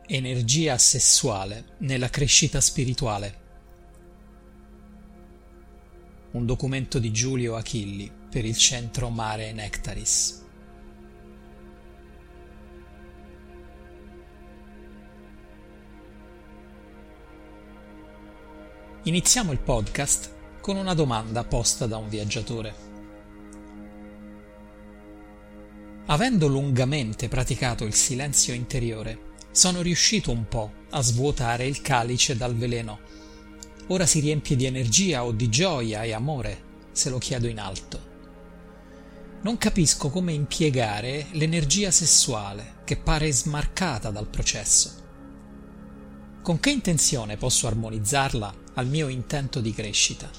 Energia sessuale nella crescita spirituale. Un documento di Giulio Achilli per il centro Mare Nectaris. Iniziamo il podcast con una domanda posta da un viaggiatore. Avendo lungamente praticato il silenzio interiore, sono riuscito un po' a svuotare il calice dal veleno. Ora si riempie di energia o di gioia e amore, se lo chiedo in alto. Non capisco come impiegare l'energia sessuale, che pare smarcata dal processo. Con che intenzione posso armonizzarla al mio intento di crescita?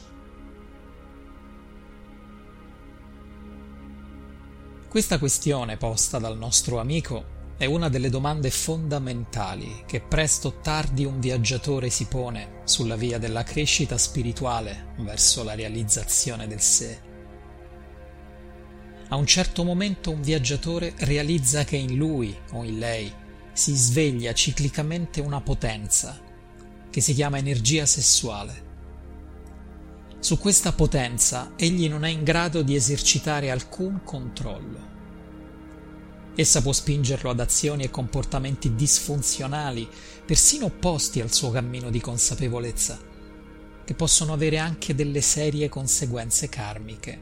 Questa questione posta dal nostro amico è una delle domande fondamentali che presto o tardi un viaggiatore si pone sulla via della crescita spirituale verso la realizzazione del sé. A un certo momento un viaggiatore realizza che in lui o in lei si sveglia ciclicamente una potenza che si chiama energia sessuale. Su questa potenza egli non è in grado di esercitare alcun controllo. Essa può spingerlo ad azioni e comportamenti disfunzionali, persino opposti al suo cammino di consapevolezza, che possono avere anche delle serie conseguenze karmiche.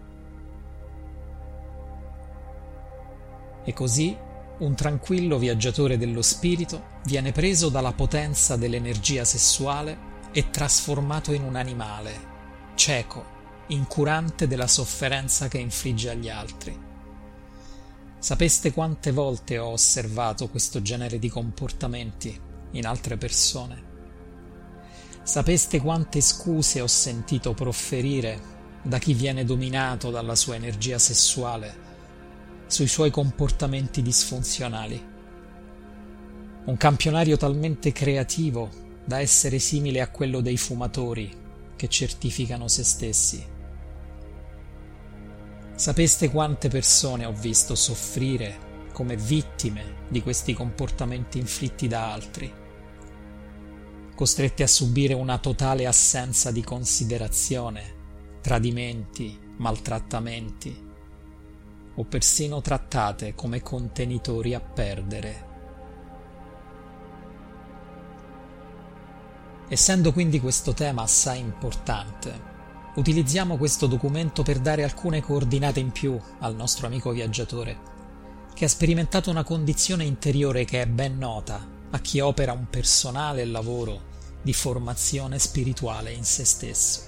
E così un tranquillo viaggiatore dello spirito viene preso dalla potenza dell'energia sessuale e trasformato in un animale, cieco, incurante della sofferenza che infligge agli altri. Sapeste quante volte ho osservato questo genere di comportamenti in altre persone? Sapeste quante scuse ho sentito profferire da chi viene dominato dalla sua energia sessuale sui suoi comportamenti disfunzionali? Un campionario talmente creativo da essere simile a quello dei fumatori che certificano se stessi. Sapeste quante persone ho visto soffrire come vittime di questi comportamenti inflitti da altri, costrette a subire una totale assenza di considerazione, tradimenti, maltrattamenti, o persino trattate come contenitori a perdere. Essendo quindi questo tema assai importante, utilizziamo questo documento per dare alcune coordinate in più al nostro amico viaggiatore, che ha sperimentato una condizione interiore che è ben nota a chi opera un personale lavoro di formazione spirituale in se stesso.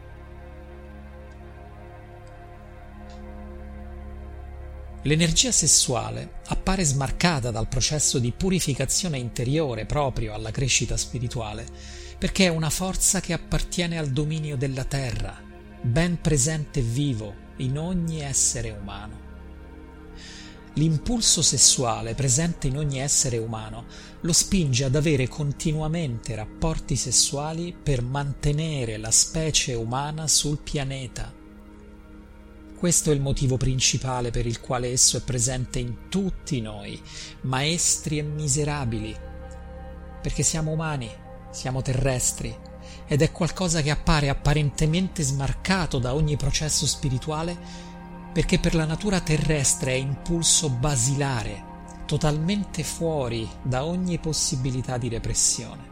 L'energia sessuale appare smarcata dal processo di purificazione interiore proprio alla crescita spirituale, perché è una forza che appartiene al dominio della terra, ben presente e vivo in ogni essere umano. L'impulso sessuale presente in ogni essere umano lo spinge ad avere continuamente rapporti sessuali per mantenere la specie umana sul pianeta. Questo è il motivo principale per il quale esso è presente in tutti noi, maestri e miserabili, perché siamo umani, siamo terrestri, ed è qualcosa che appare apparentemente smarcato da ogni processo spirituale, perché per la natura terrestre è impulso basilare, totalmente fuori da ogni possibilità di repressione.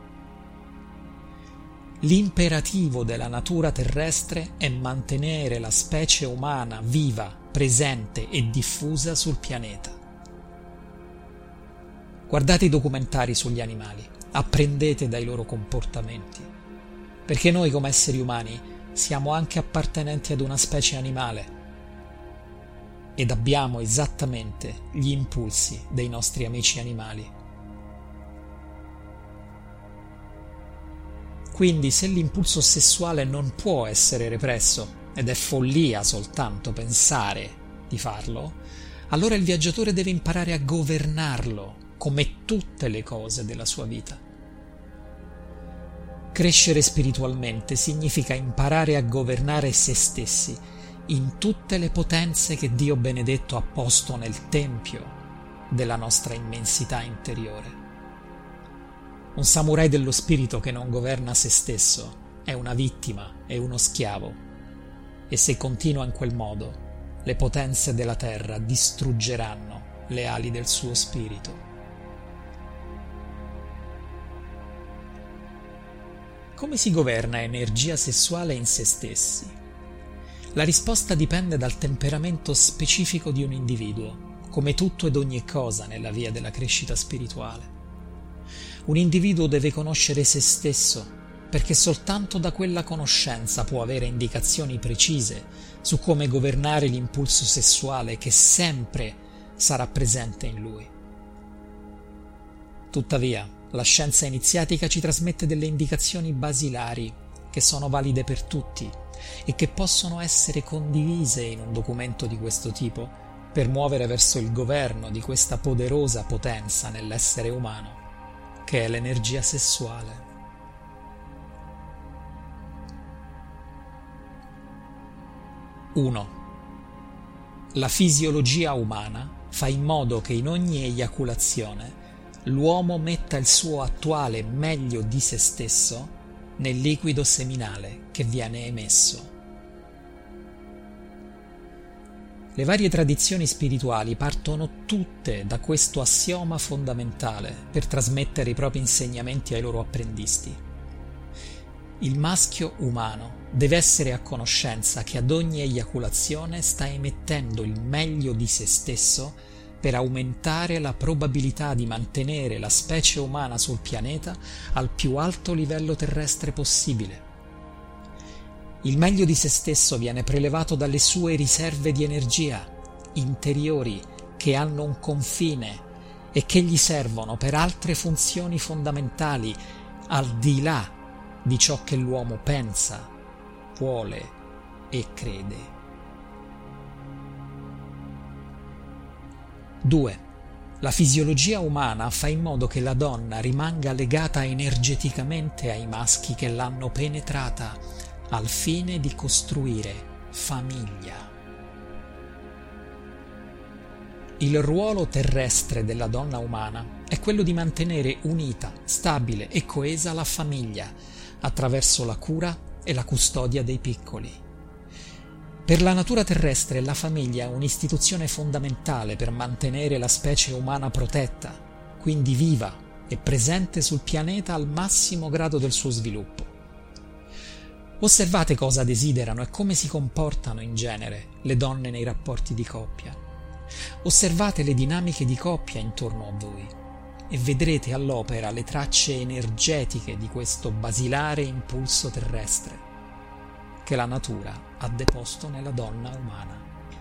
L'imperativo della natura terrestre è mantenere la specie umana viva, presente e diffusa sul pianeta. Guardate i documentari sugli animali, apprendete dai loro comportamenti, perché noi come esseri umani siamo anche appartenenti ad una specie animale ed abbiamo esattamente gli impulsi dei nostri amici animali. Quindi se l'impulso sessuale non può essere represso, ed è follia soltanto pensare di farlo, allora il viaggiatore deve imparare a governarlo, come tutte le cose della sua vita. Crescere spiritualmente significa imparare a governare se stessi in tutte le potenze che Dio benedetto ha posto nel tempio della nostra immensità interiore. Un samurai dello spirito che non governa se stesso è una vittima, è uno schiavo, e se continua in quel modo, le potenze della terra distruggeranno le ali del suo spirito. Come si governa energia sessuale in se stessi? La risposta dipende dal temperamento specifico di un individuo, come tutto ed ogni cosa nella via della crescita spirituale. Un individuo deve conoscere se stesso, perché soltanto da quella conoscenza può avere indicazioni precise su come governare l'impulso sessuale che sempre sarà presente in lui. Tuttavia, la scienza iniziatica ci trasmette delle indicazioni basilari che sono valide per tutti e che possono essere condivise in un documento di questo tipo per muovere verso il governo di questa poderosa potenza nell'essere umano, che è l'energia sessuale. 1. La fisiologia umana fa in modo che in ogni eiaculazione l'uomo metta il suo attuale meglio di se stesso nel liquido seminale che viene emesso. Le varie tradizioni spirituali partono tutte da questo assioma fondamentale per trasmettere i propri insegnamenti ai loro apprendisti. Il maschio umano deve essere a conoscenza che ad ogni eiaculazione sta emettendo il meglio di se stesso per aumentare la probabilità di mantenere la specie umana sul pianeta al più alto livello terrestre possibile. Il meglio di se stesso viene prelevato dalle sue riserve di energia interiori che hanno un confine e che gli servono per altre funzioni fondamentali al di là di ciò che l'uomo pensa, vuole e crede. 2. La fisiologia umana fa in modo che la donna rimanga legata energeticamente ai maschi che l'hanno penetrata al fine di costruire famiglia. Il ruolo terrestre della donna umana è quello di mantenere unita, stabile e coesa la famiglia attraverso la cura e la custodia dei piccoli. Per la natura terrestre la famiglia è un'istituzione fondamentale per mantenere la specie umana protetta, quindi viva e presente sul pianeta al massimo grado del suo sviluppo. Osservate cosa desiderano e come si comportano in genere le donne nei rapporti di coppia. Osservate le dinamiche di coppia intorno a voi e vedrete all'opera le tracce energetiche di questo basilare impulso terrestre che la natura ha deposto nella donna umana.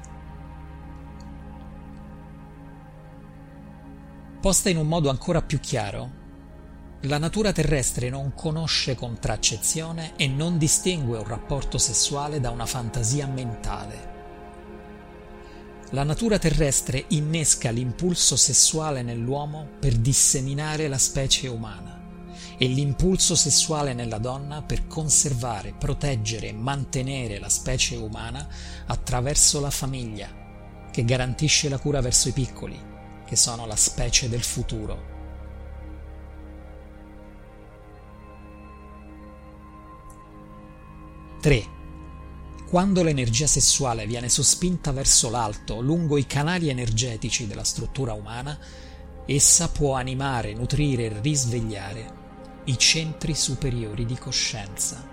Posta in un modo ancora più chiaro, la natura terrestre non conosce contraccezione e non distingue un rapporto sessuale da una fantasia mentale. La natura terrestre innesca l'impulso sessuale nell'uomo per disseminare la specie umana e l'impulso sessuale nella donna per conservare, proteggere e mantenere la specie umana attraverso la famiglia, che garantisce la cura verso i piccoli, che sono la specie del futuro. 3. Quando l'energia sessuale viene sospinta verso l'alto lungo i canali energetici della struttura umana, essa può animare, nutrire e risvegliare i centri superiori di coscienza.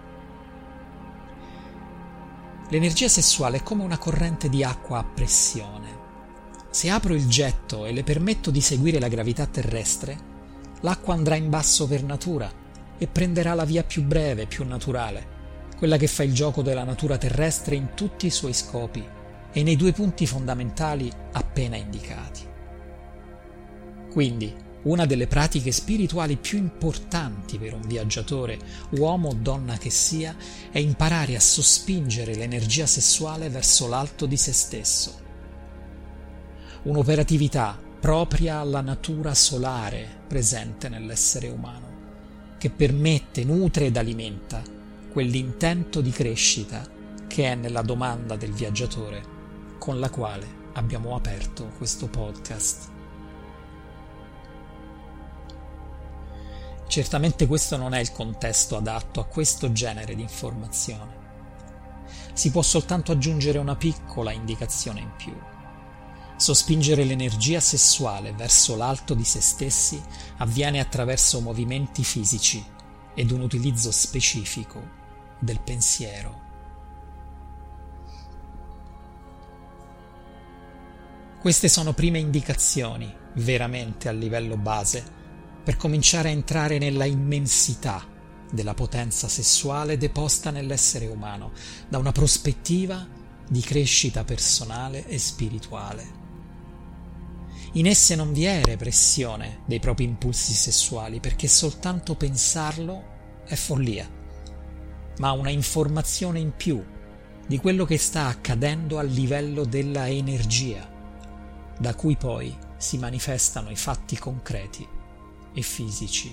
L'energia sessuale è come una corrente di acqua a pressione. Se apro il getto e le permetto di seguire la gravità terrestre, l'acqua andrà in basso per natura e prenderà la via più breve, più naturale, quella che fa il gioco della natura terrestre in tutti i suoi scopi e nei due punti fondamentali appena indicati. Quindi, una delle pratiche spirituali più importanti per un viaggiatore, uomo o donna che sia, è imparare a sospingere l'energia sessuale verso l'alto di se stesso. Un'operatività propria alla natura solare presente nell'essere umano, che permette, nutre ed alimenta quell'intento di crescita che è nella domanda del viaggiatore con la quale abbiamo aperto questo podcast. Certamente questo non è il contesto adatto a questo genere di informazione. Si può soltanto aggiungere una piccola indicazione in più. Sospingere l'energia sessuale verso l'alto di se stessi avviene attraverso movimenti fisici ed un utilizzo specifico del pensiero. Queste sono prime indicazioni, veramente a livello base, per cominciare a entrare nella immensità della potenza sessuale deposta nell'essere umano, da una prospettiva di crescita personale e spirituale. In esse non vi è repressione dei propri impulsi sessuali, perché soltanto pensarlo è follia, ma una informazione in più di quello che sta accadendo a livello della energia, da cui poi si manifestano i fatti concreti e fisici.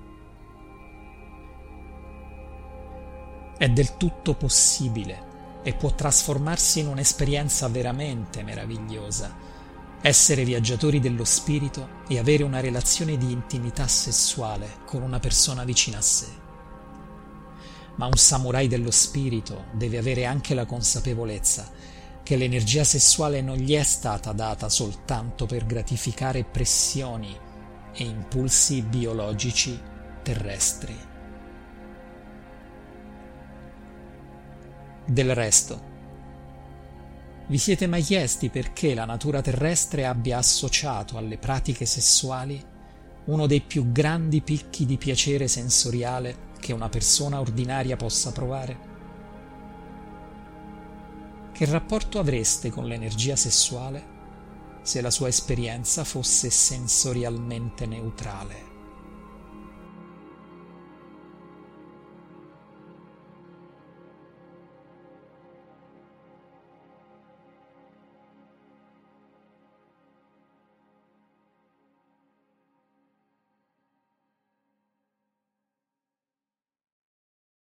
È del tutto possibile e può trasformarsi in un'esperienza veramente meravigliosa essere viaggiatori dello spirito e avere una relazione di intimità sessuale con una persona vicina a sé. Ma un samurai dello spirito deve avere anche la consapevolezza che l'energia sessuale non gli è stata data soltanto per gratificare pressioni e impulsi biologici terrestri. Del resto, vi siete mai chiesti perché la natura terrestre abbia associato alle pratiche sessuali uno dei più grandi picchi di piacere sensoriale che una persona ordinaria possa provare? Che rapporto avreste con l'energia sessuale se la sua esperienza fosse sensorialmente neutrale?